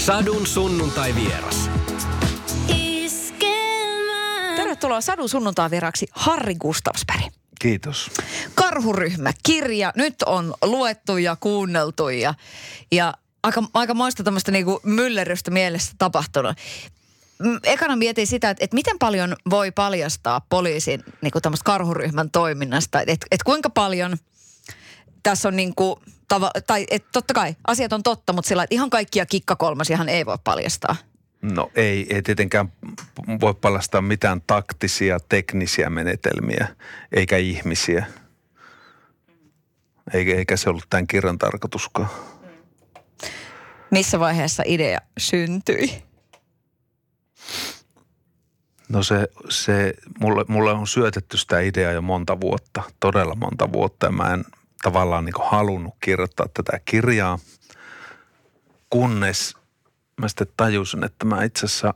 Sadun sunnuntai vieras. Tervetuloa Sadun sunnuntai vieraksi Harri Gustafsberg. Kiitos. Karhuryhmä, kirja, nyt on luettu ja kuunneltu ja aika moista tämmöistä niinku myllerrystä mielessä tapahtunut. Ekana mietin sitä, että miten paljon voi paljastaa poliisin niinku tämmöistä karhuryhmän toiminnasta. Että kuinka paljon tässä on niinku, totta kai asiat on totta, mutta sillä, että ihan kaikkia kikkakolmasiahan ei voi paljastaa. No ei tietenkään voi paljastaa mitään taktisia, teknisiä menetelmiä, eikä ihmisiä. Eikä se ollut tämän kirjan tarkoituskaan. Missä vaiheessa idea syntyi? No mulle on syötetty sitä ideaa jo monta vuotta, todella monta vuotta. Ja mä en tavallaan niin kuin halunnut kirjoittaa tätä kirjaa, kunnes mä sitten tajusin, että mä itse asiassa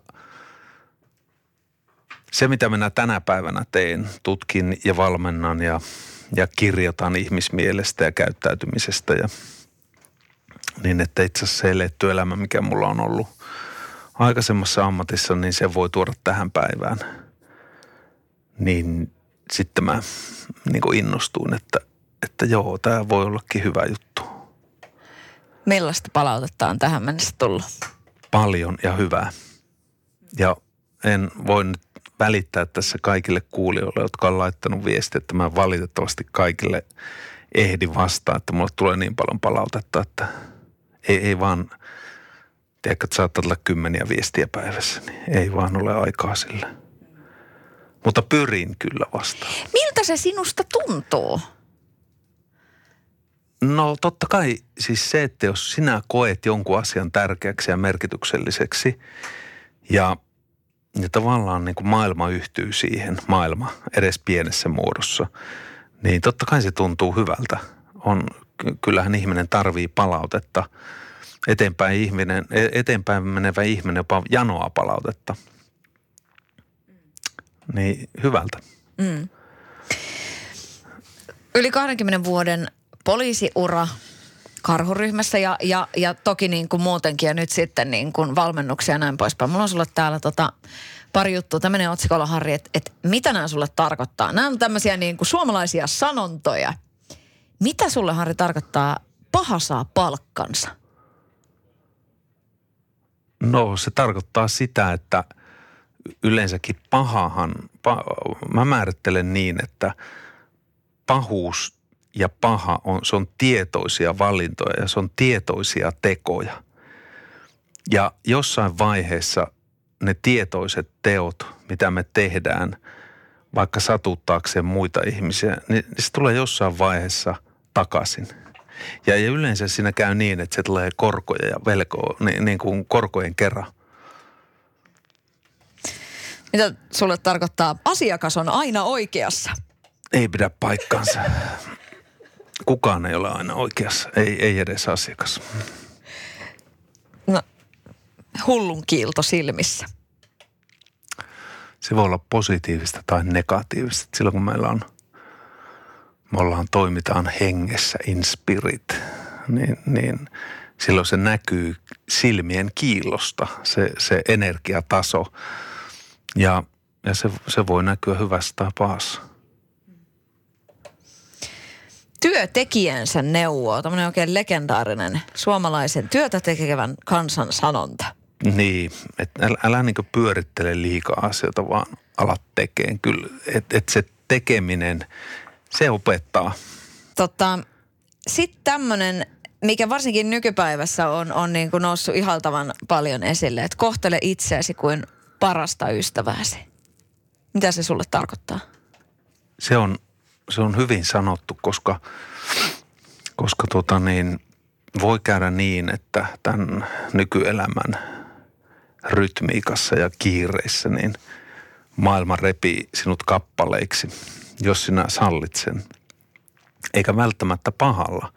se, mitä minä tänä päivänä teen, tutkin ja valmennan ja kirjoitan ihmismielestä ja käyttäytymisestä ja niin, että itse asiassa se eletty elämä, mikä mulla on ollut aikaisemmassa ammatissa, niin se voi tuoda tähän päivään. Niin sitten mä niin kuin innostuin, että joo, tämä voi ollakin hyvä juttu. Millaista palautetta on tähän mennessä tullut? Paljon ja hyvää. Ja en voi nyt välittää tässä kaikille kuulijoille, jotka on laittanut viestiä, että mä valitettavasti kaikille ehdin vastaan, että mulle tulee niin paljon palautetta, että ei vaan, tiedätkö, että saattaa olla 10 viestiä päivässä, niin ei vaan ole aikaa sille. Mutta pyrin kyllä vastaan. Miltä se sinusta tuntuu? No totta kai siis se, että jos sinä koet jonkun asian tärkeäksi ja merkitykselliseksi ja tavallaan niin kuin maailma yhtyy siihen, maailma edes pienessä muodossa, niin totta kai se tuntuu hyvältä. Kyllähän ihminen tarvii palautetta. Eteenpäin menevä ihminen jopa janoaa palautetta. Niin hyvältä. Mm. Yli 20 vuoden poliisiura karhuryhmässä ja toki niin kuin muutenkin ja nyt sitten niin kuin valmennuksia ja näin poispäin. Mulla on sulle täällä pari juttua. Tämmöinen otsikolla, Harri, että mitä nämä sulle tarkoittaa? Nämä on tämmöisiä niin kuin suomalaisia sanontoja. Mitä sulle, Harri, tarkoittaa paha saa palkkansa? No se tarkoittaa sitä, että yleensäkin mä määrittelen niin, että pahuus ja paha se on tietoisia valintoja ja se on tietoisia tekoja. Ja jossain vaiheessa ne tietoiset teot, mitä me tehdään, vaikka satuttaakseen muita ihmisiä, niin se tulee jossain vaiheessa takaisin. Ja yleensä siinä käy niin, että se tulee korkoja ja velkoa, niin kuin korkojen kerran. Mitä sulle tarkoittaa? Asiakas on aina oikeassa. Ei pidä paikkaansa. Kukaan ei ole aina oikeassa, ei edes asiakas. No, hullun kiilto silmissä. Se voi olla positiivista tai negatiivista. Silloin kun toimitaan hengessä, in spirit, niin silloin se näkyy silmien kiillosta, se energiataso. Ja se voi näkyä hyvässä tai pahassa. Työtekijänsä neuvoo, tämmöinen oikein legendaarinen suomalaisen työtä tekevän kansan sanonta. Niin, että älä niin kuin pyörittele liikaa asioita, vaan ala tekemään. Kyllä, että se tekeminen, se opettaa. Sitten tämmöinen, mikä varsinkin nykypäivässä on niin kuin noussut ihaltavan paljon esille, että kohtele itseäsi kuin parasta ystävääsi. Mitä se sulle tarkoittaa? Se on hyvin sanottu, koska voi käydä niin, että tämän nykyelämän rytmiikassa ja kiireissä niin maailma repii sinut kappaleiksi, jos sinä sallit sen. Eikä välttämättä pahalla,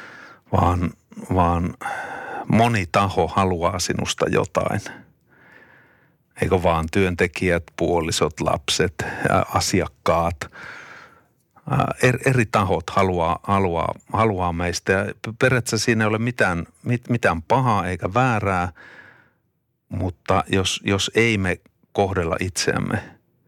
vaan moni taho haluaa sinusta jotain. Eikö vaan työntekijät, puolisot, lapset, asiakkaat, eri tahot haluaa meistä. Ja periaatteessa siinä ei ole mitään pahaa eikä väärää, mutta jos ei me kohdella itseämme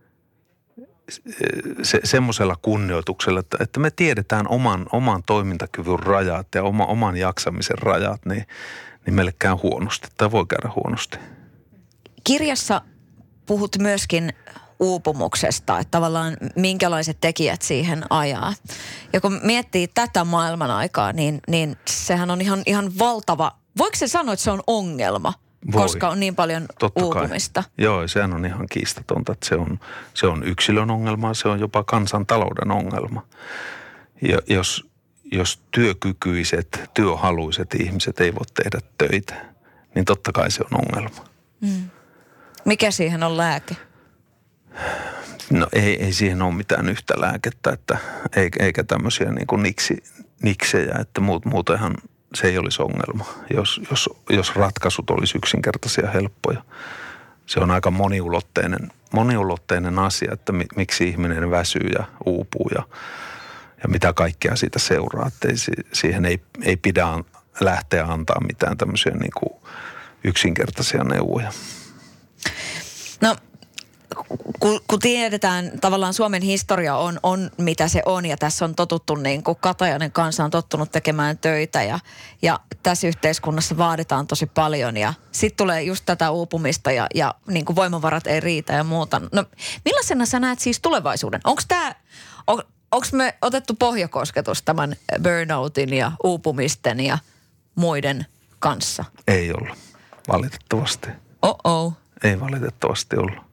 semmoisella kunnioituksella, että me tiedetään oman toimintakyvyn rajat ja oman jaksamisen rajat, niin meille käy huonosti tai voi käydä huonosti. Kirjassa puhut myöskin uupumuksesta, että tavallaan minkälaiset tekijät siihen ajaa. Ja kun miettii tätä maailman aikaa, niin sehän on ihan valtava. Voiko se sanoa, että se on ongelma, koska on niin paljon Totta uupumista? Kai. Joo, sehän on ihan kiistatonta, että se on yksilön ongelma, se on jopa kansantalouden ongelma. Ja jos työkykyiset, työhaluiset ihmiset ei voi tehdä töitä, niin totta kai se on ongelma. Mikä siihen on lääke? No ei siihen ole mitään yhtä lääkettä, että eikä tämmöisiä niin kuin niksejä, että muutenhan se ei olisi ongelma, jos ratkaisut olisi yksinkertaisia ja helppoja. Se on aika moniulotteinen asia, että miksi ihminen väsyy ja uupuu ja mitä kaikkea siitä seuraa. Että siihen ei pidä lähteä antaa mitään tämmöisiä niin kuin yksinkertaisia neuvoja. No, kun tiedetään, tavallaan Suomen historia on mitä se on ja tässä on totuttu, niin kuin katajainen kansa on tottunut tekemään töitä ja tässä yhteiskunnassa vaaditaan tosi paljon ja sitten tulee just tätä uupumista ja niin kuin voimavarat ei riitä ja muuta. No, millaisena sä näet siis tulevaisuuden? Onko me otettu pohjakosketus tämän burnoutin ja uupumisten ja muiden kanssa? Ei olla, valitettavasti. Ei valitettavasti olla.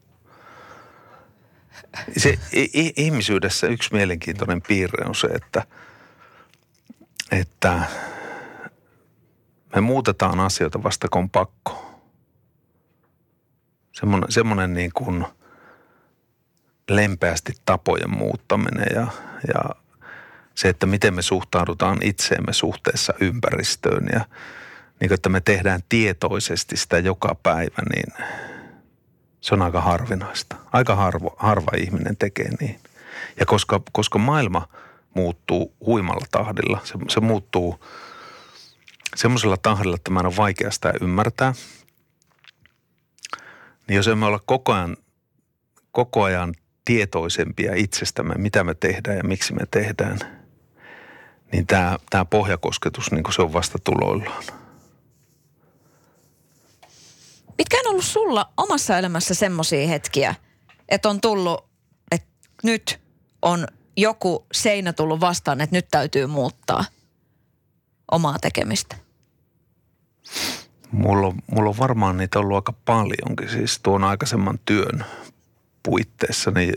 Se ihmisyydessä yksi mielenkiintoinen piirre on se, että me muutetaan asioita vasta kun on pakko. Semmoinen niin kuin lempeästi tapojen muuttaminen ja se, että miten me suhtaudutaan itseemme suhteessa ympäristöön ja niin kuin, että me tehdään tietoisesti sitä joka päivä, niin se on aika harvinaista. Aika harva ihminen tekee niin. Ja koska maailma muuttuu huimalla tahdilla, se muuttuu semmoisella tahdilla, että meidän on vaikea sitä ymmärtää. Niin jos emme ole koko ajan tietoisempia itsestämme, mitä me tehdään ja miksi me tehdään, niin tämä pohjakosketus, niin kuin se on vasta tuloillaan. Mitkä on ollut sulla omassa elämässä semmoisia hetkiä, että on tullut, että nyt on joku seinä tullut vastaan, että nyt täytyy muuttaa omaa tekemistä? Mulla on varmaan niitä ollut aika paljonkin, siis tuon aikaisemman työn puitteissa, niin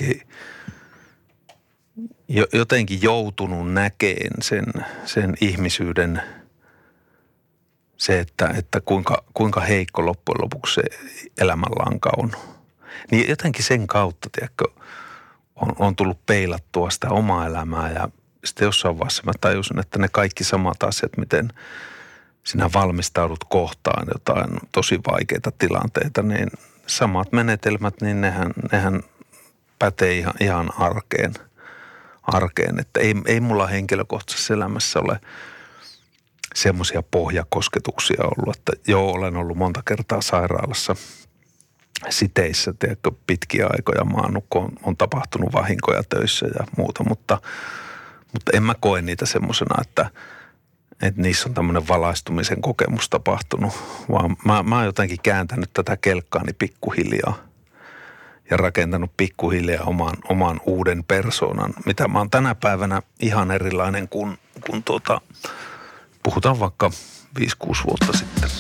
jotenkin joutunut näkeen sen ihmisyyden, se, että kuinka heikko loppujen lopuksi se elämänlanka on. Niin jotenkin sen kautta, tiedätkö, on tullut peilattua sitä omaa elämää ja sitten jossain vaiheessa mä tajusin, että ne kaikki samat asiat, miten sinä valmistaudut kohtaan jotain tosi vaikeita tilanteita, niin samat menetelmät, niin nehän pätee ihan arkeen. Että ei mulla henkilökohtaisessa elämässä ole semmoisia pohjakosketuksia ollut, että joo, olen ollut monta kertaa sairaalassa siteissä, tiedätkö, pitkiä aikoja maannut, kun on tapahtunut vahinkoja töissä ja muuta, mutta en mä koe niitä semmosena, että niissä on tämmöinen valaistumisen kokemus tapahtunut, vaan mä oon jotenkin kääntänyt tätä kelkkaani pikkuhiljaa ja rakentanut pikkuhiljaa oman uuden persoonan, mitä mä oon tänä päivänä ihan erilainen kuin puhutaan vaikka 5-6 vuotta sitten.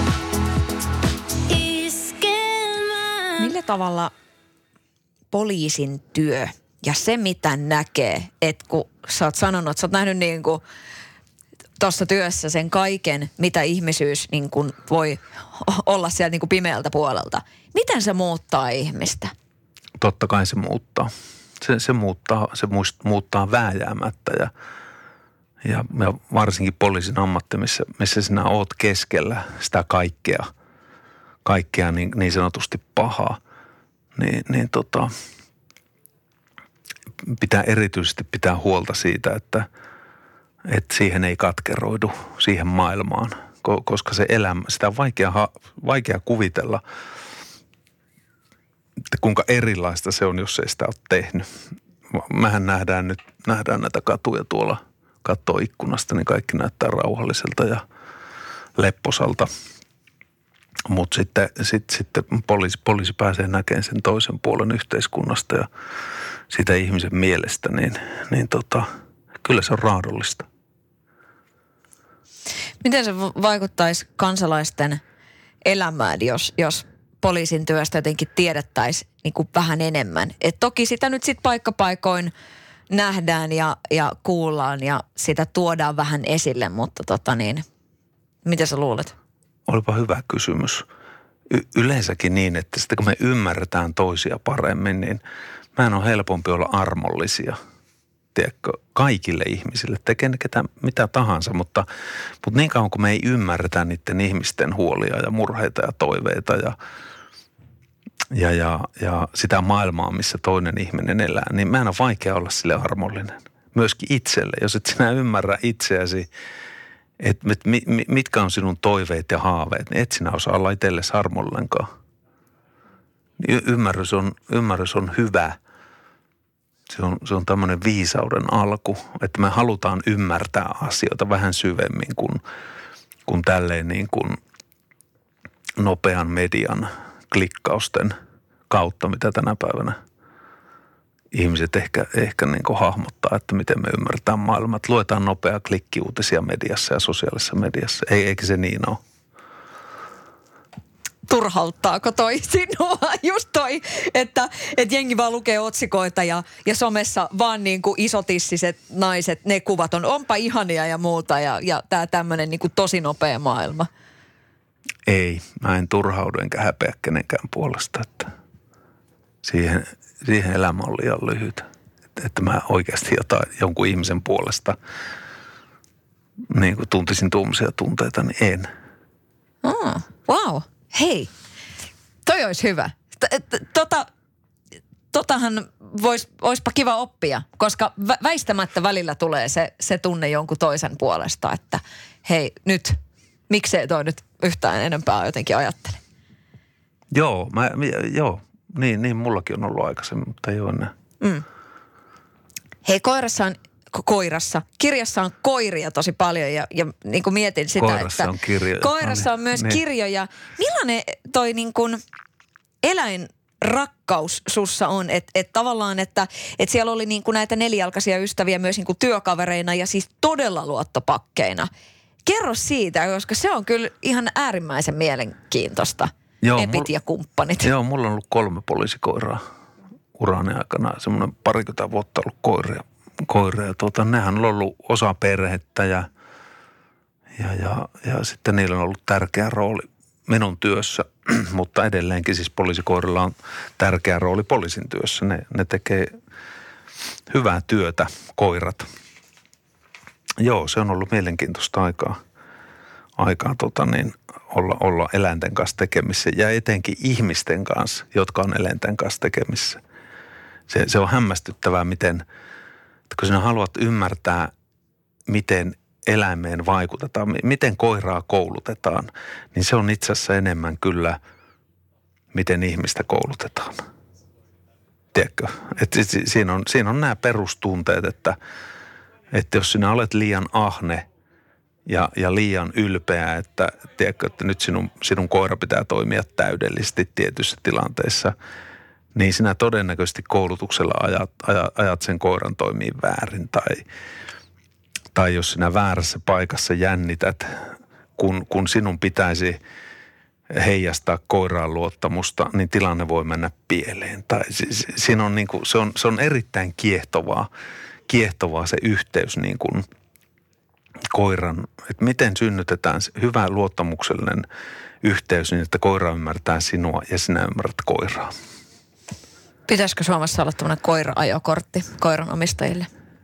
Millä tavalla poliisin työ ja se, mitä näkee, että kun sä oot sanonut, että sä oot nähnyt niin kuin tuossa työssä sen kaiken, mitä ihmisyys niin kuin voi olla sieltä niin kuin pimeältä puolelta. Miten se muuttaa ihmistä? Totta kai se muuttaa. Se muuttaa vääjäämättä ja varsinkin poliisin ammatti, missä sinä oot keskellä sitä kaikkea niin sanotusti pahaa, niin pitää erityisesti pitää huolta siitä, että siihen ei katkeroidu siihen maailmaan, koska se elämä, sitä on vaikea kuvitella, että kuinka erilaista se on, jos ei sitä ole tehnyt. Mehän nähdään näitä katuja tuolla, katsoo ikkunasta, niin kaikki näyttää rauhalliselta ja lepposalta. Mutta sitten poliisi pääsee näkemään sen toisen puolen yhteiskunnasta ja sitä ihmisen mielestä, niin kyllä se on raadollista. Miten se vaikuttaisi kansalaisten elämään, jos poliisin työstä jotenkin tiedettäisiin niin kuin vähän enemmän? Et toki sitä nyt sitten paikkapaikoin nähdään ja kuullaan ja sitä tuodaan vähän esille, mutta mitä sä luulet? Olipa hyvä kysymys. Yleensäkin niin, että sitten kun me ymmärretään toisia paremmin, niin mehän on helpompi olla armollisia, tiedätkö, kaikille ihmisille. Tekee ne mitä tahansa, mutta niin kauan kun me ei ymmärretä niiden ihmisten huolia ja murheita ja toiveita ja sitä maailmaa, missä toinen ihminen elää, niin mehän on vaikea olla sille armollinen. Myöskin itselle, jos et sinä ymmärrä itseäsi, että mitkä on sinun toiveet ja haaveet, niin et sinä osaa olla itsellesi armollenkaan. Ymmärrys on hyvä. Se on tämmöinen viisauden alku, että me halutaan ymmärtää asioita vähän syvemmin kuin tälleen niin kuin nopean median klikkausten kautta, mitä tänä päivänä ihmiset ehkä niin kuin hahmottaa, että miten me ymmärretään maailmaa. Luetaan nopeaa klikkiuutisia mediassa ja sosiaalisessa mediassa. Eikä se niin ole. Turhauttaako toi sinua? Just toi, että jengi vaan lukee otsikoita ja somessa vaan niin kuin isotissiset naiset, ne kuvat onpa ihania ja muuta ja tää tämmönen niin kuin tosi nopea maailma. Ei, mä en turhaudu enkä häpeä kenenkään puolesta, että siihen elämä on liian lyhyt. Että mä oikeasti jonkun ihmisen puolesta niin kuin tuntisin tuommoisia tunteita, niin en. Wow. Hei, toi olisi hyvä. Totahan oispa kiva oppia, koska väistämättä välillä tulee se tunne jonkun toisen puolesta, että hei nyt, miksei toi nyt yhtään enempää jotenkin ajattele. Joo, niin mullakin on ollut aikaisemmin, mutta ei ole enää. Hei, kirjassa on koiria tosi paljon ja niin kuin mietin sitä, koirassa että on kirjoja. Koirassa on myös kirjoja. Millainen toi niin kuin eläinrakkaus sussa on? Että tavallaan, että siellä oli niin kuin näitä nelijalkaisia ystäviä myös niin kuin työkavereina ja siis todella luottopakkeina. Kerro siitä, koska se on kyllä ihan äärimmäisen mielenkiintoista. Epit ja kumppanit. Joo, mulla on ollut 3 poliisikoiraa urani aikana. Semmoinen 20 vuotta ollut koiria. Nehän on ollut osa perhettä ja sitten niillä on ollut tärkeä rooli minun työssä, mutta edelleenkin siis poliisikoirilla on tärkeä rooli poliisin työssä. Ne tekee hyvää työtä, koirat. Joo, se on ollut mielenkiintoista aikaa olla eläinten kanssa tekemissä ja etenkin ihmisten kanssa, jotka on eläinten kanssa tekemissä. Se on hämmästyttävää, miten kun sinä haluat ymmärtää, miten eläimeen vaikutetaan, miten koiraa koulutetaan, niin se on itse asiassa enemmän kyllä, miten ihmistä koulutetaan. Tiedätkö? Siinä on nämä perustunteet, että jos sinä olet liian ahne ja liian ylpeä, että tiedätkö, että nyt sinun koira pitää toimia täydellisesti tietyissä tilanteissa, niin sinä todennäköisesti koulutuksella ajat sen koiran toimii väärin. Tai jos sinä väärässä paikassa jännität, kun sinun pitäisi heijastaa koiraan luottamusta, niin tilanne voi mennä pieleen. Tai siinä on niin kuin, se on erittäin kiehtovaa se yhteys niin kuin koiran, että miten synnytetään hyvä luottamuksellinen yhteys niin, että koira ymmärtää sinua ja sinä ymmärrät koiraa. Pitäisikö Suomessa olla tämmöinen koira-ajokortti koiran omistajille?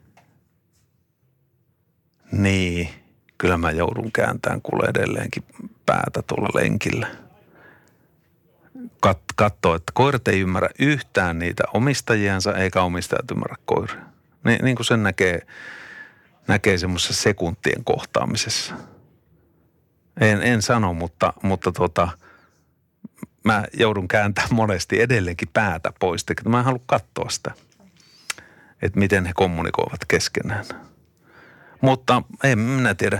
Niin, kyllä mä joudun kääntämään kuule edelleenkin päätä tuolla lenkillä. Katsoo, että koirat ei ymmärrä yhtään niitä omistajiansa eikä omistajat ymmärrä koiria. Niin kuin sen näkee semmoisessa sekuntien kohtaamisessa. En sano, mutta mä joudun kääntämään monesti edelleenkin päätä pois. Mä en halua katsoa sitä, että miten he kommunikoivat keskenään. Mutta en minä tiedä.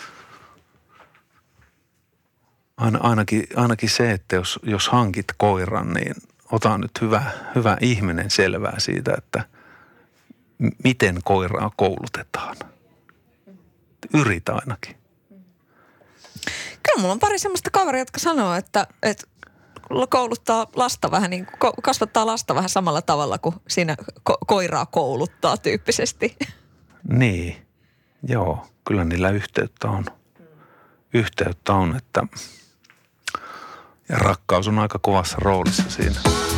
Ainakin se, että jos hankit koiran, niin ota nyt hyvä ihminen selvää siitä, että miten koiraa koulutetaan. Yritä ainakin. Kyllä mulla on pari semmoista kaveria, jotka sanoo, että kouluttaa lasta vähän niin kuin, kasvattaa lasta vähän samalla tavalla kuin siinä koiraa kouluttaa tyyppisesti. Niin, joo, kyllä niillä yhteyttä on, että ja rakkaus on aika kovassa roolissa siinä.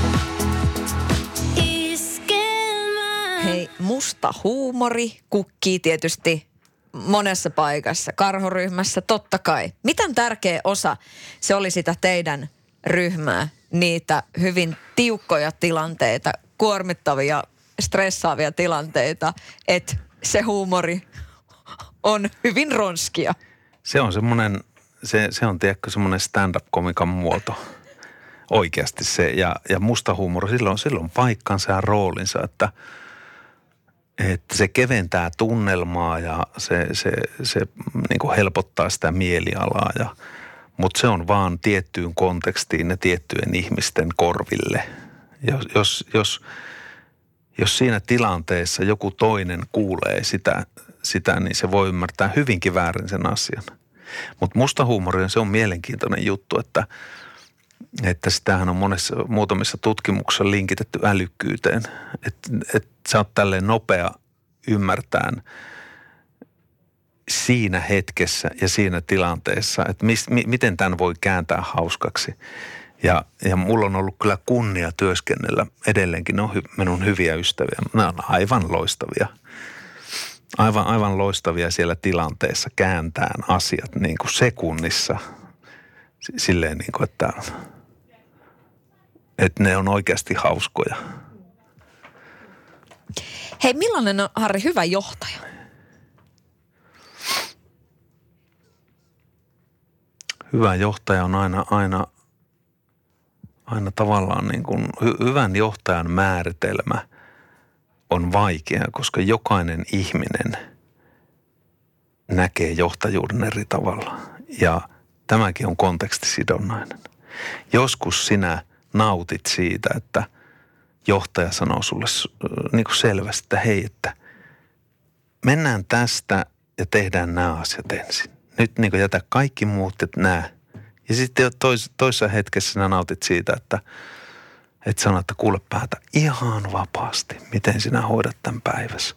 Hei, musta huumori kukkii tietysti monessa paikassa, karhoryhmässä totta kai. Miten tärkeä osa se oli sitä teidän ryhmää, niitä hyvin tiukkoja tilanteita, kuormittavia, stressaavia tilanteita, että se huumori on hyvin ronskia? Se on semmoinen, se on tiedätkö semmoinen stand-up-komikan muoto. Oikeasti se. Ja musta huumori, silloin paikkansa ja roolinsa, että se keventää tunnelmaa ja se niin kuin helpottaa sitä mielialaa. Mutta se on vaan tiettyyn kontekstiin ja tiettyjen ihmisten korville. Jos siinä tilanteessa joku toinen kuulee sitä, niin se voi ymmärtää hyvinkin väärin sen asian. Mutta musta huumori, se on mielenkiintoinen juttu, että sitähän on muutamissa tutkimuksissa linkitetty älykkyyteen. Että sä oot tälleen nopea ymmärtämään siinä hetkessä ja siinä tilanteessa, että miten tämän voi kääntää hauskaksi. Ja mulla on ollut kyllä kunnia työskennellä edelleenkin. Ne on minun hyviä ystäviä. Nämä on aivan loistavia. Aivan loistavia siellä tilanteessa kääntään asiat niin kuin sekunnissa. Silleen niin kuin, että ne on oikeasti hauskoja. Hei, millainen on, Harri, hyvä johtaja? Hyvä johtaja on aina tavallaan niin kuin hyvän johtajan määritelmä on vaikea, koska jokainen ihminen näkee johtajuuden eri tavalla. Ja tämäkin on kontekstisidonnainen. Joskus sinä nautit siitä, että johtaja sanoo sulle niin kuin selvästi, että hei, että mennään tästä ja tehdään nämä asiat ensin. Nyt niin kuin jätä kaikki muut, että nämä. Ja sitten toisessa hetkessä sinä nautit siitä, että sanoo, että kuule päätä ihan vapaasti, miten sinä hoidat tämän päivässä.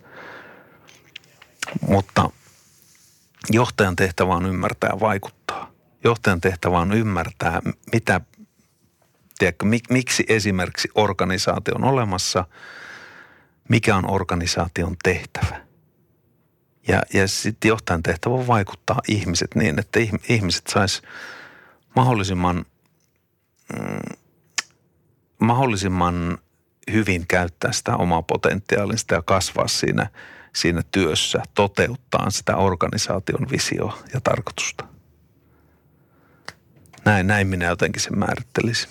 Mutta johtajan tehtävä on ymmärtää ja vaikuttaa. Johtajan tehtävä on ymmärtää, miksi esimerkiksi organisaatio on olemassa, mikä on organisaation tehtävä. Ja sitten johtajan tehtävä on vaikuttaa ihmiset niin, että ihmiset sais mahdollisimman hyvin käyttää sitä omaa potentiaalista ja kasvaa siinä työssä, toteuttaa sitä organisaation visioa ja tarkoitusta. Näin minä jotenkin sen määrittelisin.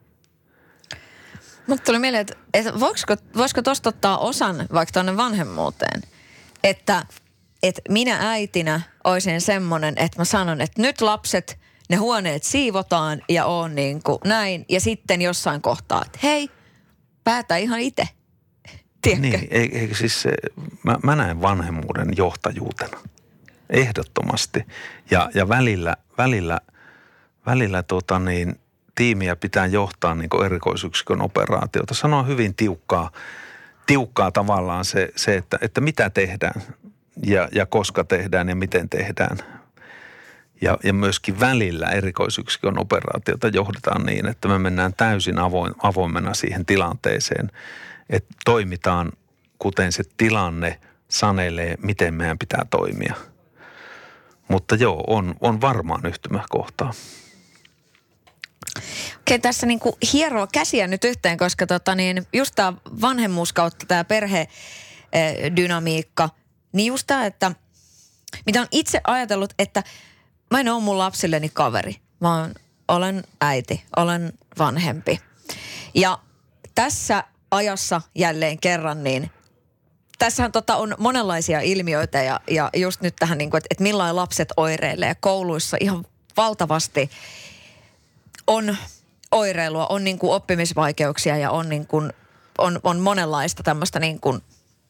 Mutta tuli mieleen, että voisiko tuosta ottaa osan vaikka tuonne vanhemmuuteen, että minä äitinä olisin semmoinen, että mä sanon, että nyt lapset, ne huoneet siivotaan ja on niin kuin näin. Ja sitten jossain kohtaa, että hei, päätä ihan itse. Tiedätkö? Niin, eikö siis mä näen vanhemmuuden johtajuutena. Ehdottomasti. Ja välillä tiimiä pitää johtaa niin kuin erikoisyksikön operaatiota. Sanoa hyvin tiukkaa tavallaan se että mitä tehdään ja koska tehdään ja miten tehdään. Ja myöskin välillä erikoisyksikön operaatiota johdetaan niin, että me mennään täysin avoimena siihen tilanteeseen, että toimitaan kuten se tilanne sanelee, miten meidän pitää toimia. Mutta joo, on varmaan yhtymäkohtaa. Okei, tässä niinku hieroo käsiä nyt yhteen, koska just tämä vanhemmuus kautta tämä perhedynamiikka, niin just tämä, että mitä on itse ajatellut, että mä en ole mun lapsilleni kaveri, vaan olen äiti, olen vanhempi. Ja tässä ajassa jälleen kerran, niin tässähän on monenlaisia ilmiöitä ja just nyt tähän, niin kuin, että millain lapset oireilee. Kouluissa ihan valtavasti on oireilua, on niin kuin oppimisvaikeuksia ja on, niin kuin, on monenlaista tämmöistä niin kuin,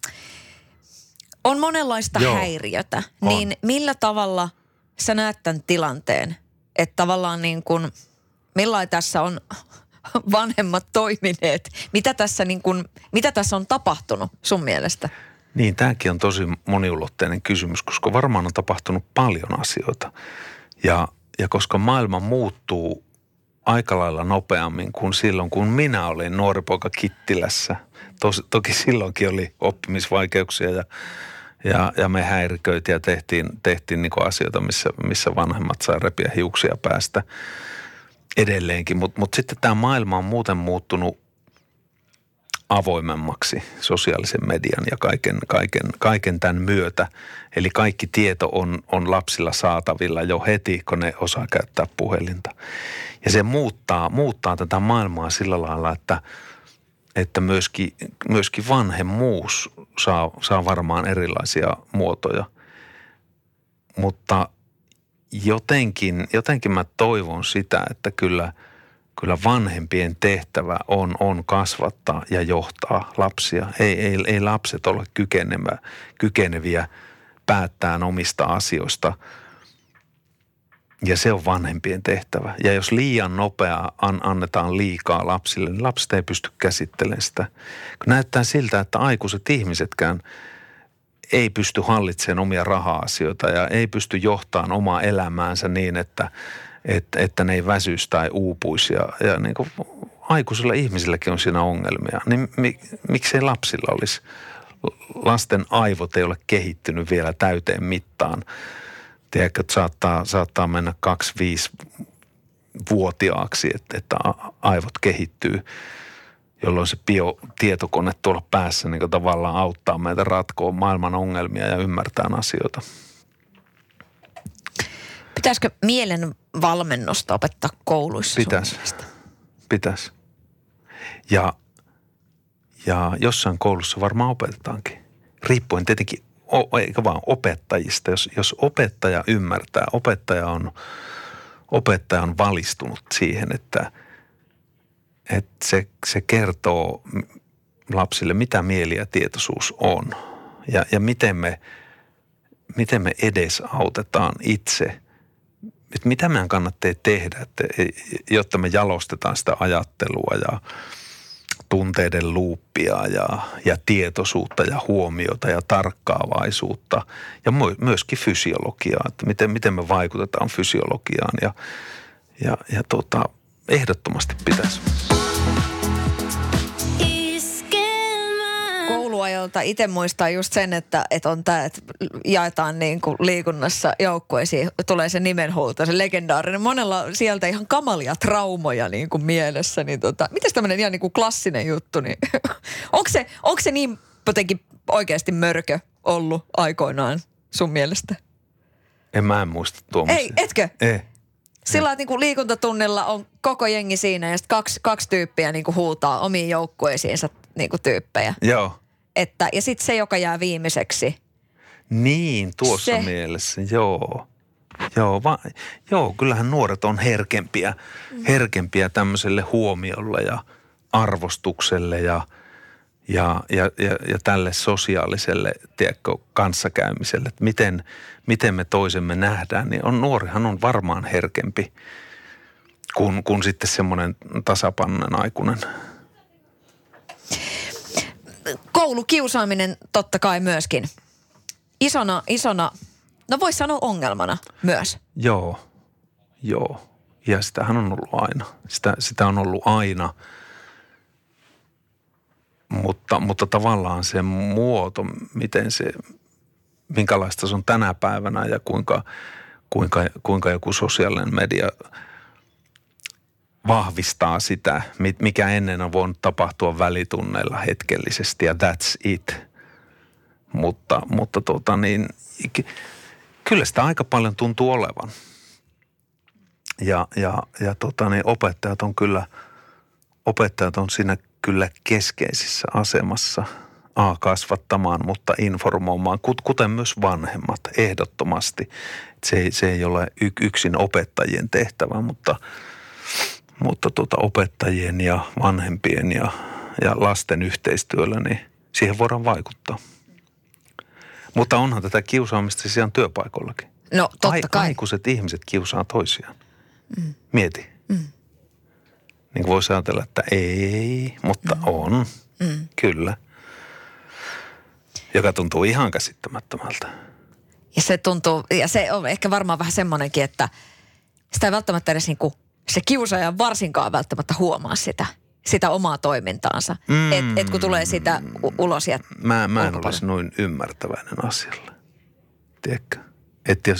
on monenlaista häiriötä. On. Niin millä tavalla sä näet tämän tilanteen, että tavallaan niin kuin, millain tässä on vanhemmat toimineet? Mitä tässä on tapahtunut sun mielestä? Niin, tämäkin on tosi moniulotteinen kysymys, koska varmaan on tapahtunut paljon asioita. Ja koska maailma muuttuu aika lailla nopeammin kuin silloin, kun minä olin nuori poika Kittilässä. Toki silloinkin oli oppimisvaikeuksia ja me häiriköitiin ja tehtiin niin kuin asioita, missä vanhemmat sai repiä hiuksia päästä edelleenkin. Mutta sitten tämä maailma on muuten muuttunut avoimemmaksi sosiaalisen median ja kaiken tämän myötä. Eli kaikki tieto on lapsilla saatavilla jo heti, kun ne osaa käyttää puhelinta. Ja se muuttaa tätä maailmaa sillä lailla, että myöskin vanhemmuus saa varmaan erilaisia muotoja. Mutta jotenkin mä toivon sitä, että kyllä vanhempien tehtävä on kasvattaa ja johtaa lapsia. Ei lapset ole kykeneviä päättämään omista asioista. Ja se on vanhempien tehtävä. Ja jos liian nopeaa annetaan liikaa lapsille, niin lapset ei pysty käsittelemään sitä. Kun näyttää siltä, että aikuiset ihmisetkään ei pysty hallitsemaan omia raha-asioita ja ei pysty johtamaan omaa elämäänsä niin, että ne ei väsyisi tai uupuisi. Ja niin kuin aikuisilla ihmisilläkin on siinä ongelmia. Niin miksei lapsilla olisi? Lasten aivot ei ole kehittynyt vielä täyteen mittaan. Tiedätkö, että saattaa mennä 2-5-vuotiaaksi, että aivot kehittyy, jolloin se biotietokone tuolla päässä niin tavallaan auttaa meitä ratkoa maailman ongelmia ja ymmärtää asioita. Pitäisikö mielen valmennusta opettaa kouluissa? Pitäisi. Ja jossain koulussa varmaan opetetaankin. Riippuen tietenkin, eikä vaan opettajista. Jos opettaja ymmärtää, opettaja on valistunut siihen, että se kertoo lapsille, mitä mieli ja tietoisuus on. Ja miten me edesautetaan itse. Että mitä meidän kannattaa tehdä, jotta me jalostetaan sitä ajattelua ja tunteiden luuppia ja tietoisuutta ja huomiota ja tarkkaavaisuutta ja myöskin fysiologiaa, että miten me vaikutetaan fysiologiaan ja ehdottomasti pitäisi. Kouluajalta itse muistaa just sen, että on tämä, että jaetaan niin kuin liikunnassa joukkueisiin, tulee se nimenhuuto, se legendaarinen. Monella sieltä ihan kamalia traumoja niin kuin mielessä. Niin mitäs tämmöinen ihan niin kuin klassinen juttu, niin onko se niin jotenkin oikeasti mörkö ollut aikoinaan sun mielestä? Mä en muista tuommoisia. Ei, etkö? Ei. Sillä että niin liikuntatunnilla on koko jengi siinä ja sitten kaksi tyyppiä niin kuin huutaa omiin joukkueisiinsa niin kuin tyyppejä. Joo. Ja sitten se, joka jää viimeiseksi. Niin, tuossa mielessä, joo. Joo, kyllähän nuoret on herkempiä tämmöiselle huomiolle ja arvostukselle ja tälle sosiaaliselle, tiedätkö, kanssakäymiselle. Että miten me toisemme nähdään, niin nuorihan on varmaan herkempi kuin sitten semmoinen tasapainoinen aikuinen. Koulukiusaaminen totta kai myöskin. Isona, no voisi sanoa ongelmana myös. Joo. Ja sitähän on ollut aina. Sitä on ollut aina. Mutta tavallaan se muoto, minkälaista se on tänä päivänä ja kuinka joku sosiaalinen media vahvistaa sitä, mikä ennen on voinut tapahtua välitunneilla hetkellisesti ja that's it. Mutta kyllä sitä aika paljon tuntuu olevan. Niin opettajat on siinä kyllä keskeisissä asemassa kasvattamaan, mutta informoimaan, kuten myös vanhemmat ehdottomasti. Se ei ole yksin opettajien tehtävä, mutta opettajien ja vanhempien ja lasten yhteistyöllä, niin siihen voidaan vaikuttaa. Mutta onhan tätä kiusaamista siellä työpaikoillakin. No totta kai. Aikuiset ihmiset kiusaa toisiaan. Mieti. Niin kuin voisi ajatella, että ei, mutta on. Kyllä. Joka tuntuu ihan käsittämättömältä. Ja se tuntuu, ja se on ehkä varmaan vähän semmoinenkin, että sitä ei välttämättä edes niin kuin, se kiusaaja varsinkaan välttämättä huomaa sitä omaa toimintaansa. Et kun tulee sitä ulos ja Mä en olisi noin ymmärtäväinen asialle. Tiedätkö? Että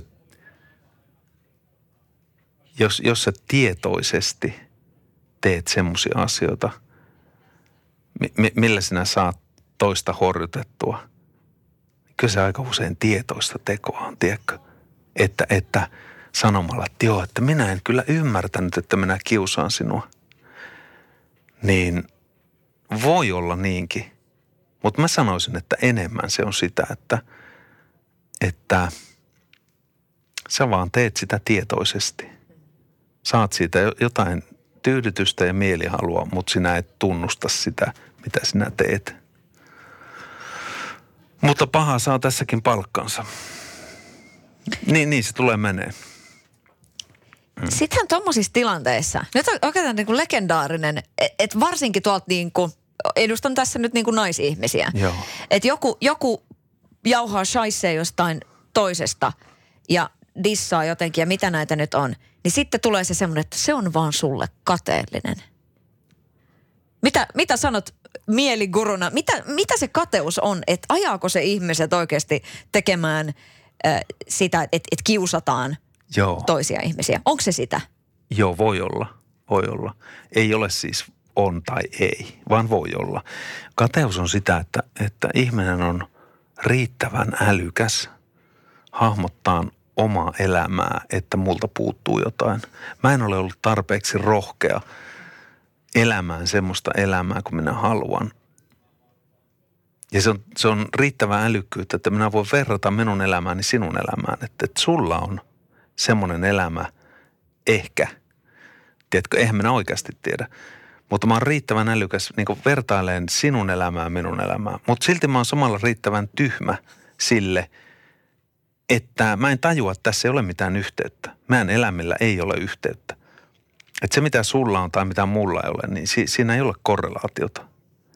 jos sä tietoisesti teet semmoisia asioita, millä sinä saat toista horjutettua, kyllä se aika usein tietoista tekoa on, tiedätkö? Että sanomalla, että joo, että minä en kyllä ymmärtänyt, että minä kiusaan sinua. Niin voi olla niinkin. Mutta mä sanoisin, että enemmän se on sitä, että sä vaan teet sitä tietoisesti. Saat siitä jotain tyydytystä ja mielihalua, mutta sinä et tunnusta sitä, mitä sinä teet. Mutta paha saa tässäkin palkkansa. Niin se tulee menee. Sittenhän tuommoisissa tilanteissa, nyt on oikeastaan niin kuin legendaarinen, että varsinkin tuolta niin kuin, edustan tässä nyt niin kuin naisihmisiä. Että joku jauhaa shaisee jostain toisesta ja dissaa jotenkin ja mitä näitä nyt on, niin sitten tulee se semmoinen, että se on vaan sulle kateellinen. Mitä sanot mieliguruna? Mitä se kateus on? Että ajaako se ihmiset oikeasti tekemään sitä, että kiusataan toisia ihmisiä? Onko se sitä? Joo, voi olla. Ei ole siis on tai ei, vaan voi olla. Kateus on sitä, että ihminen on riittävän älykäs hahmottaa omaa elämää, että multa puuttuu jotain. Mä en ole ollut tarpeeksi rohkea elämään semmoista elämää, kun minä haluan. Ja se on riittävää älykkyyttä, että minä voin verrata minun elämääni sinun elämään. Että sulla on semmoinen elämä ehkä. Tiedätkö, eihän minä oikeasti tiedä. Mutta mä oon riittävän älykäs niin kuin vertailen sinun elämää minun elämää. Mutta silti mä oon samalla riittävän tyhmä sille, että mä en tajua, että tässä ei ole mitään yhteyttä. Meidän elämillä ei ole yhteyttä. Että se, mitä sulla on tai mitä mulla ei ole, niin siinä ei ole korrelaatiota.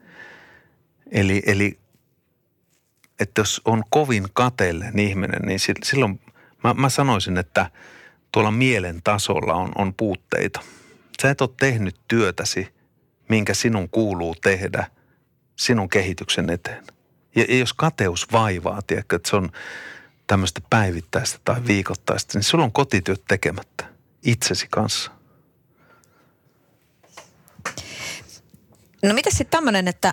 Eli että jos on kovin kateellinen ihminen, niin silloin mä sanoisin, että tuolla mielen tasolla on puutteita. Sä et ole tehnyt työtäsi, minkä sinun kuuluu tehdä sinun kehityksen eteen. Ja jos kateus vaivaa, tiedätkö, että se on tämmöistä päivittäistä tai viikoittaista, niin sulla on kotityöt tekemättä itsesi kanssa. No mitäs sitten tämmöinen, että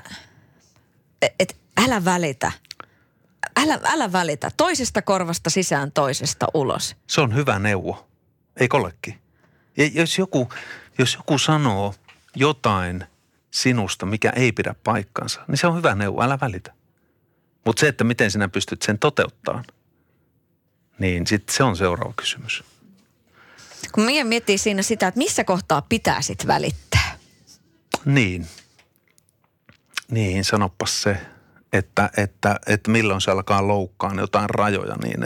älä välitä. Älä välitä. Toisesta korvasta sisään, toisesta ulos. Se on hyvä neuvo. Eikö olekin? Ja jos joku sanoo jotain sinusta, mikä ei pidä paikkansa, niin se on hyvä neuvo. Älä välitä. Mutta se, että miten sinä pystyt sen toteuttamaan, niin sitten se on seuraava kysymys. Kun minä miettii siinä sitä, että missä kohtaa pitää sitten välittää. Niin, sanoppas se, että milloin se alkaa loukkaan jotain rajoja niin,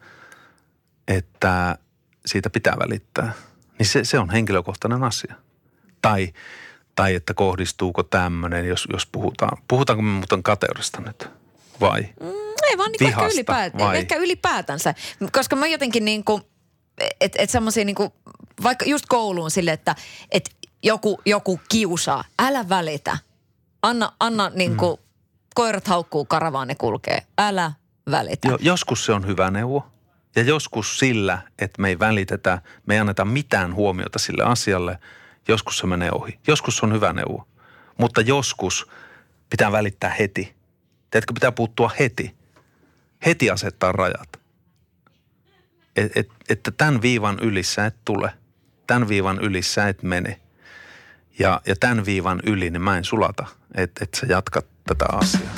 että siitä pitää välittää. Niin se on henkilökohtainen asia. Tai että kohdistuuko tämmöinen, jos puhutaanko me muuten kateudesta nyt vai ei vaan niin ehkä ylipäätänsä. Koska mä jotenkin niin kuin, että semmoisia niin kuin, vaikka just kouluun sille, että joku kiusaa, älä välitä. Anna niin kuin, koirat haukkuu, karavaani kulkee, älä välitä. Joskus se on hyvä neuvo. Ja joskus sillä, että me ei välitetä, me ei anneta mitään huomiota sille asialle, joskus se menee ohi. Joskus se on hyvä neuvo. Mutta joskus pitää välittää heti. Teetkö, pitää puuttua heti. Heti asettaa rajat. Että tämän viivan yli sä et tule. tämän viivan yli sä et mene. Ja tämän viivan yli, niin mä en sulata, että sä jatkat tätä asiaa.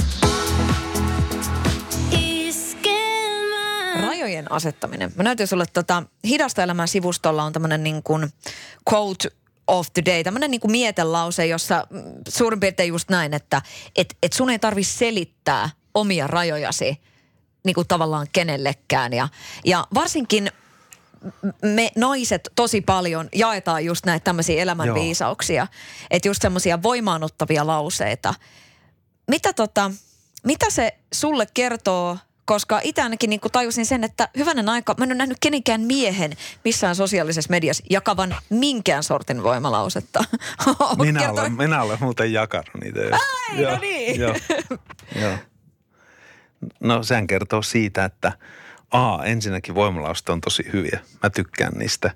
Rajojen asettaminen. Mä näytin sulle Hidasta elämää sivustolla on tämmönen niin kuin quote of the day, tämmönen niin kuin mietelause, jossa suurin piirtein just näin, että et sun ei tarvitse selittää omia rajojasi niin kuin tavallaan kenellekään. Ja varsinkin me naiset tosi paljon jaetaan just näitä tämmöisiä elämänviisauksia. Että just semmoisia voimaanottavia lauseita. Mitä se sulle kertoo? Koska itse ainakin niin tajusin sen, että hyvänen aika, mä en ole nähnyt kenenkään miehen missään sosiaalisessa mediassa jakavan minkään sortin voimalausetta. Minä olen muuten jakanut niitä. Ai, no niin. Joo. No sehän kertoo siitä, että ensinnäkin voimalauset on tosi hyviä. Mä tykkään niistä.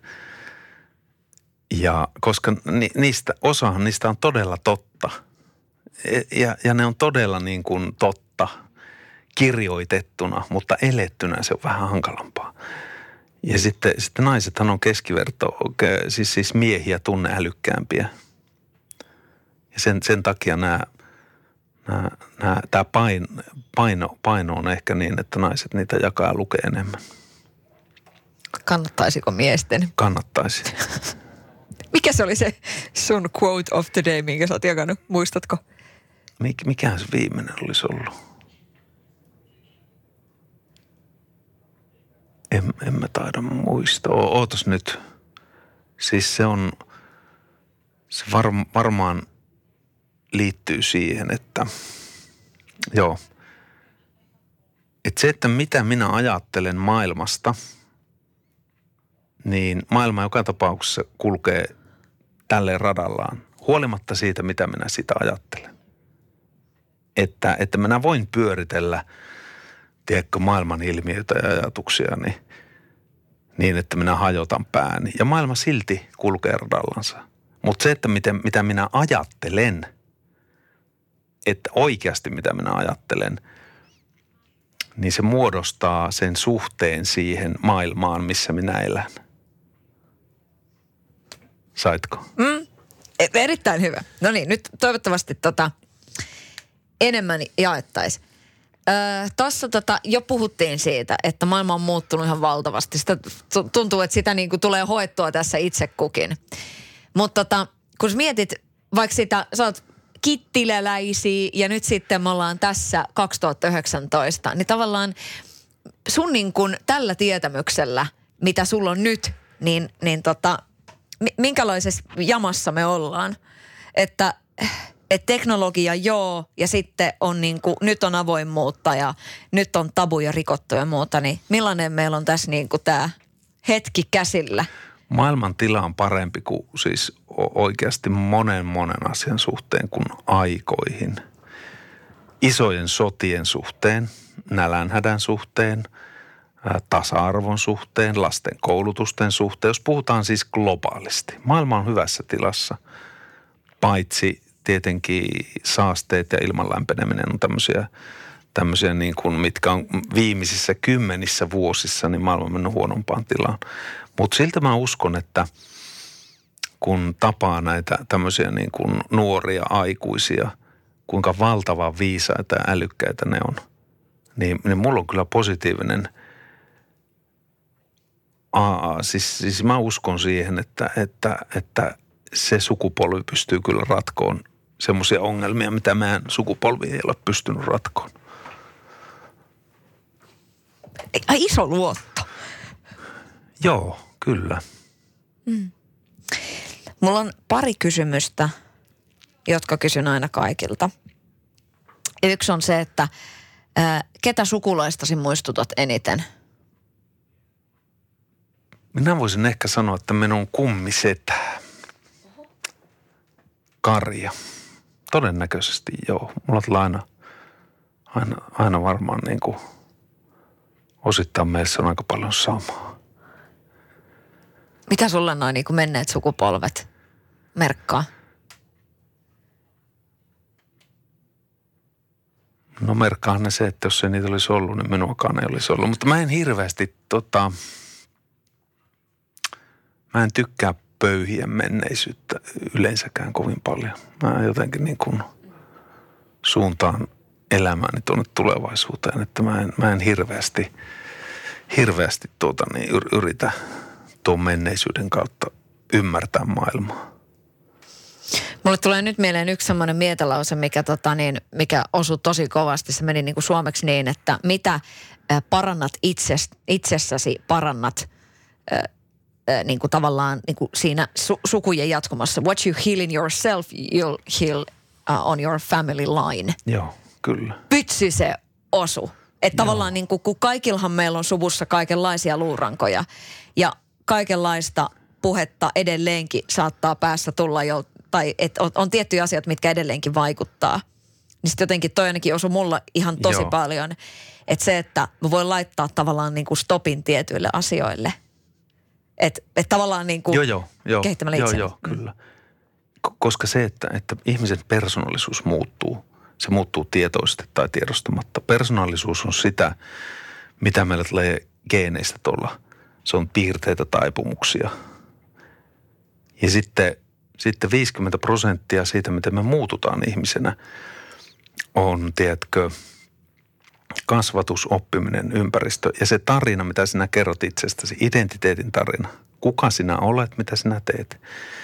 Ja koska osahan niistä on todella totta. Ja ne on todella niin kuin totta kirjoitettuna, mutta elettynä se on vähän hankalampaa. Ja sitten naisethan on keskiverto, siis miehiä tunneälykkäämpiä. Ja sen takia tämä paino on ehkä niin, että naiset niitä jakaa ja lukee enemmän. Kannattaisiko miesten? Kannattaisi. Mikä se oli se sun quote of the day, minkä sä oot jakanut? Muistatko? Mikähän se viimeinen olisi ollut? En mä taida muistaa. Ootas nyt. Siis se varmaan liittyy siihen, että että se, että mitä minä ajattelen maailmasta, niin maailma joka tapauksessa kulkee tälleen radallaan, huolimatta siitä, mitä minä sitä ajattelen. Että minä voin pyöritellä, tiedätkö, maailman ilmiöitä ja ajatuksia niin, että minä hajotan pääni. Ja maailma silti kulkee radallansa. Mutta se, että mitä minä ajattelen, että oikeasti mitä minä ajattelen, niin se muodostaa sen suhteen siihen maailmaan, missä minä elän. Saitko? Erittäin hyvä. No niin, nyt toivottavasti enemmän jaettaisiin. Tuossa jo puhuttiin siitä, että maailma on muuttunut ihan valtavasti. Sitä tuntuu, että sitä niin kuin tulee hoettua tässä itse kukin. Mutta kun mietit vaikka sitä, sä oot kittiläläisiä ja nyt sitten me ollaan tässä 2019, niin tavallaan sun niin kuin tällä tietämyksellä, mitä sulla on nyt, niin minkälaisessa jamassa me ollaan? Että teknologia ja sitten on niin kuin, nyt on avoimuutta ja nyt on tabuja rikottu ja muuta, niin millainen meillä on tässä niin kuin tämä hetki käsillä? Maailman tila on parempi kuin siis oikeasti monen asian suhteen kuin aikoihin. Isojen sotien suhteen, nälänhädän suhteen, tasa-arvon suhteen, lasten koulutusten suhteen. Jos puhutaan siis globaalisti. Maailma on hyvässä tilassa, paitsi tietenkin saasteet ja ilman lämpeneminen on tämmöisiä niin kuin, mitkä on viimeisissä 10 vuosissa, niin maailma on mennyt huonompaan tilaan. Mutta siltä mä uskon, että kun tapaa näitä tämmöisiä niin kuin nuoria aikuisia, kuinka valtavan viisaita ja älykkäitä ne on, niin mulla on kyllä positiivinen, siis mä uskon siihen, että se sukupolvi pystyy kyllä ratkoon semmoisia ongelmia, mitä meidän sukupolvi ei ole pystynyt ratkoon. Iso luotto. Joo, kyllä. Mulla on pari kysymystä, jotka kysyn aina kaikilta. Yksi on se, että ketä sukulaistasi muistutat eniten? Minä voisin ehkä sanoa, että minun kummisetä. Karja. Todennäköisesti joo. Mulla on aina varmaan niin kuin osittain meissä on aika paljon samaa. Mitä sulle noin niin kuin menneet sukupolvet merkkaa? No merkkaahan ne se, että jos ei niitä olisi ollut, niin minuakaan ei olisi ollut. Mutta mä en hirveästi mä en tykkää pöyhiä menneisyyttä yleensäkään kovin paljon. Mä jotenkin niin kuin suuntaan elämääni tuonne tulevaisuuteen, että mä en hirveästi yritä tuon menneisyyden kautta ymmärtää maailmaa. Mulle tulee nyt mieleen yksi semmoinen mietelause, mikä osui tosi kovasti. Se meni niin kuin suomeksi niin, että mitä parannat itsessäsi, parannat niin kuin tavallaan niin kuin siinä sukujen jatkumassa. What you heal in yourself, you'll heal on your family line. Joo, kyllä. Pytsi se osu. Että tavallaan niin kuin, kun kaikillahan meillä on suvussa kaikenlaisia luurankoja ja kaikenlaista puhetta edelleenkin saattaa päässä tulla jo, tai että on tiettyjä asioita, mitkä edelleenkin vaikuttaa. Niin sitten jotenkin toi ainakin osui mulla ihan tosi paljon. Että se, että mä voin laittaa tavallaan niin kuin stopin tietyille asioille. Että tavallaan niin kuin kehittämällä itseäni. Joo, kyllä. Koska se, että ihmisen persoonallisuus muuttuu, se muuttuu tietoisesti tai tiedostamatta. Persoonallisuus on sitä, mitä meillä tulee geeneistä tuolla. Se on piirteitä, taipumuksia. Ja sitten 50% siitä, miten me muututaan ihmisenä, on, tiedätkö, kasvatus, oppiminen, ympäristö ja se tarina, mitä sinä kerrot itsestäsi, identiteetin tarina. Kuka sinä olet, mitä sinä teet.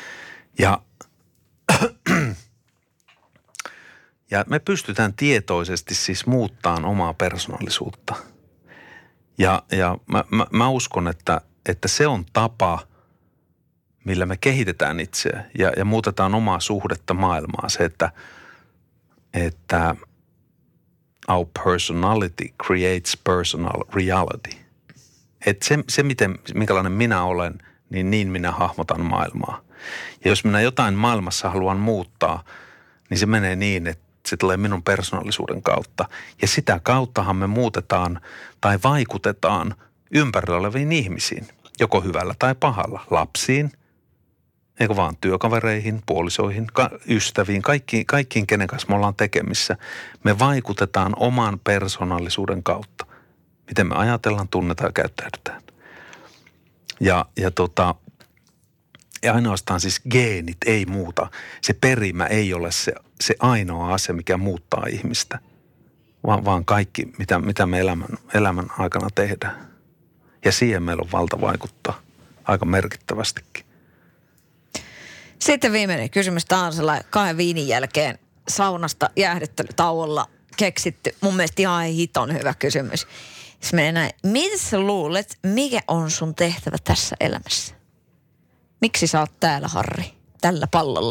Ja me pystytään tietoisesti siis muuttamaan omaa persoonallisuutta. Ja mä uskon, että se on tapa, millä me kehitetään itseä ja muutetaan omaa suhdetta maailmaan. Se, että our personality creates personal reality. Että se minkälainen minä olen, niin minä hahmotan maailmaa. Ja jos minä jotain maailmassa haluan muuttaa, niin se menee niin, että se tulee minun persoonallisuuden kautta. Ja sitä kauttahan me muutetaan tai vaikutetaan ympärillä oleviin ihmisiin, joko hyvällä tai pahalla, lapsiin, eikö vaan työkavereihin, puolisoihin, ystäviin, kaikkiin, kenen kanssa me ollaan tekemissä. Me vaikutetaan oman persoonallisuuden kautta, miten me ajatellaan, tunnetaan ja käyttäydytään. Ja ainoastaan siis geenit ei muuta. Se perimä ei ole se ainoa asia, mikä muuttaa ihmistä, vaan kaikki, mitä me elämän aikana tehdään. Ja siihen meillä on valta vaikuttaa aika merkittävästikin. Sitten viimeinen kysymys. Tämä on sellainen 2 viinin jälkeen saunasta jäähdyttelytauolla keksitty. Mun mielestä ihan hiton hyvä kysymys. Se menee näin. Mitä sä luulet, mikä on sun tehtävä tässä elämässä? Miksi sä oot täällä, Harri, tällä pallolla?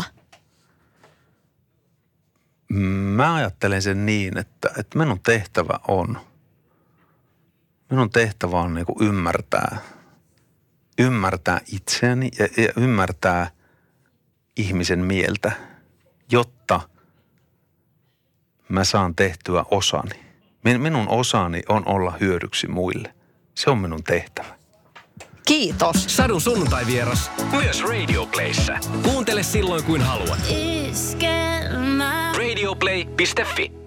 Mä ajattelen sen niin, että minun tehtävä on niin kuin ymmärtää itseäni ja ymmärtää ihmisen mieltä, jotta mä saan tehtyä osani. Minun osani on olla hyödyksi muille. Se on minun tehtävä. Kiitos. Sadun sunnuntai-vieras myös Radio Playssä. Kuuntele silloin kuin haluat. Radioplay.fi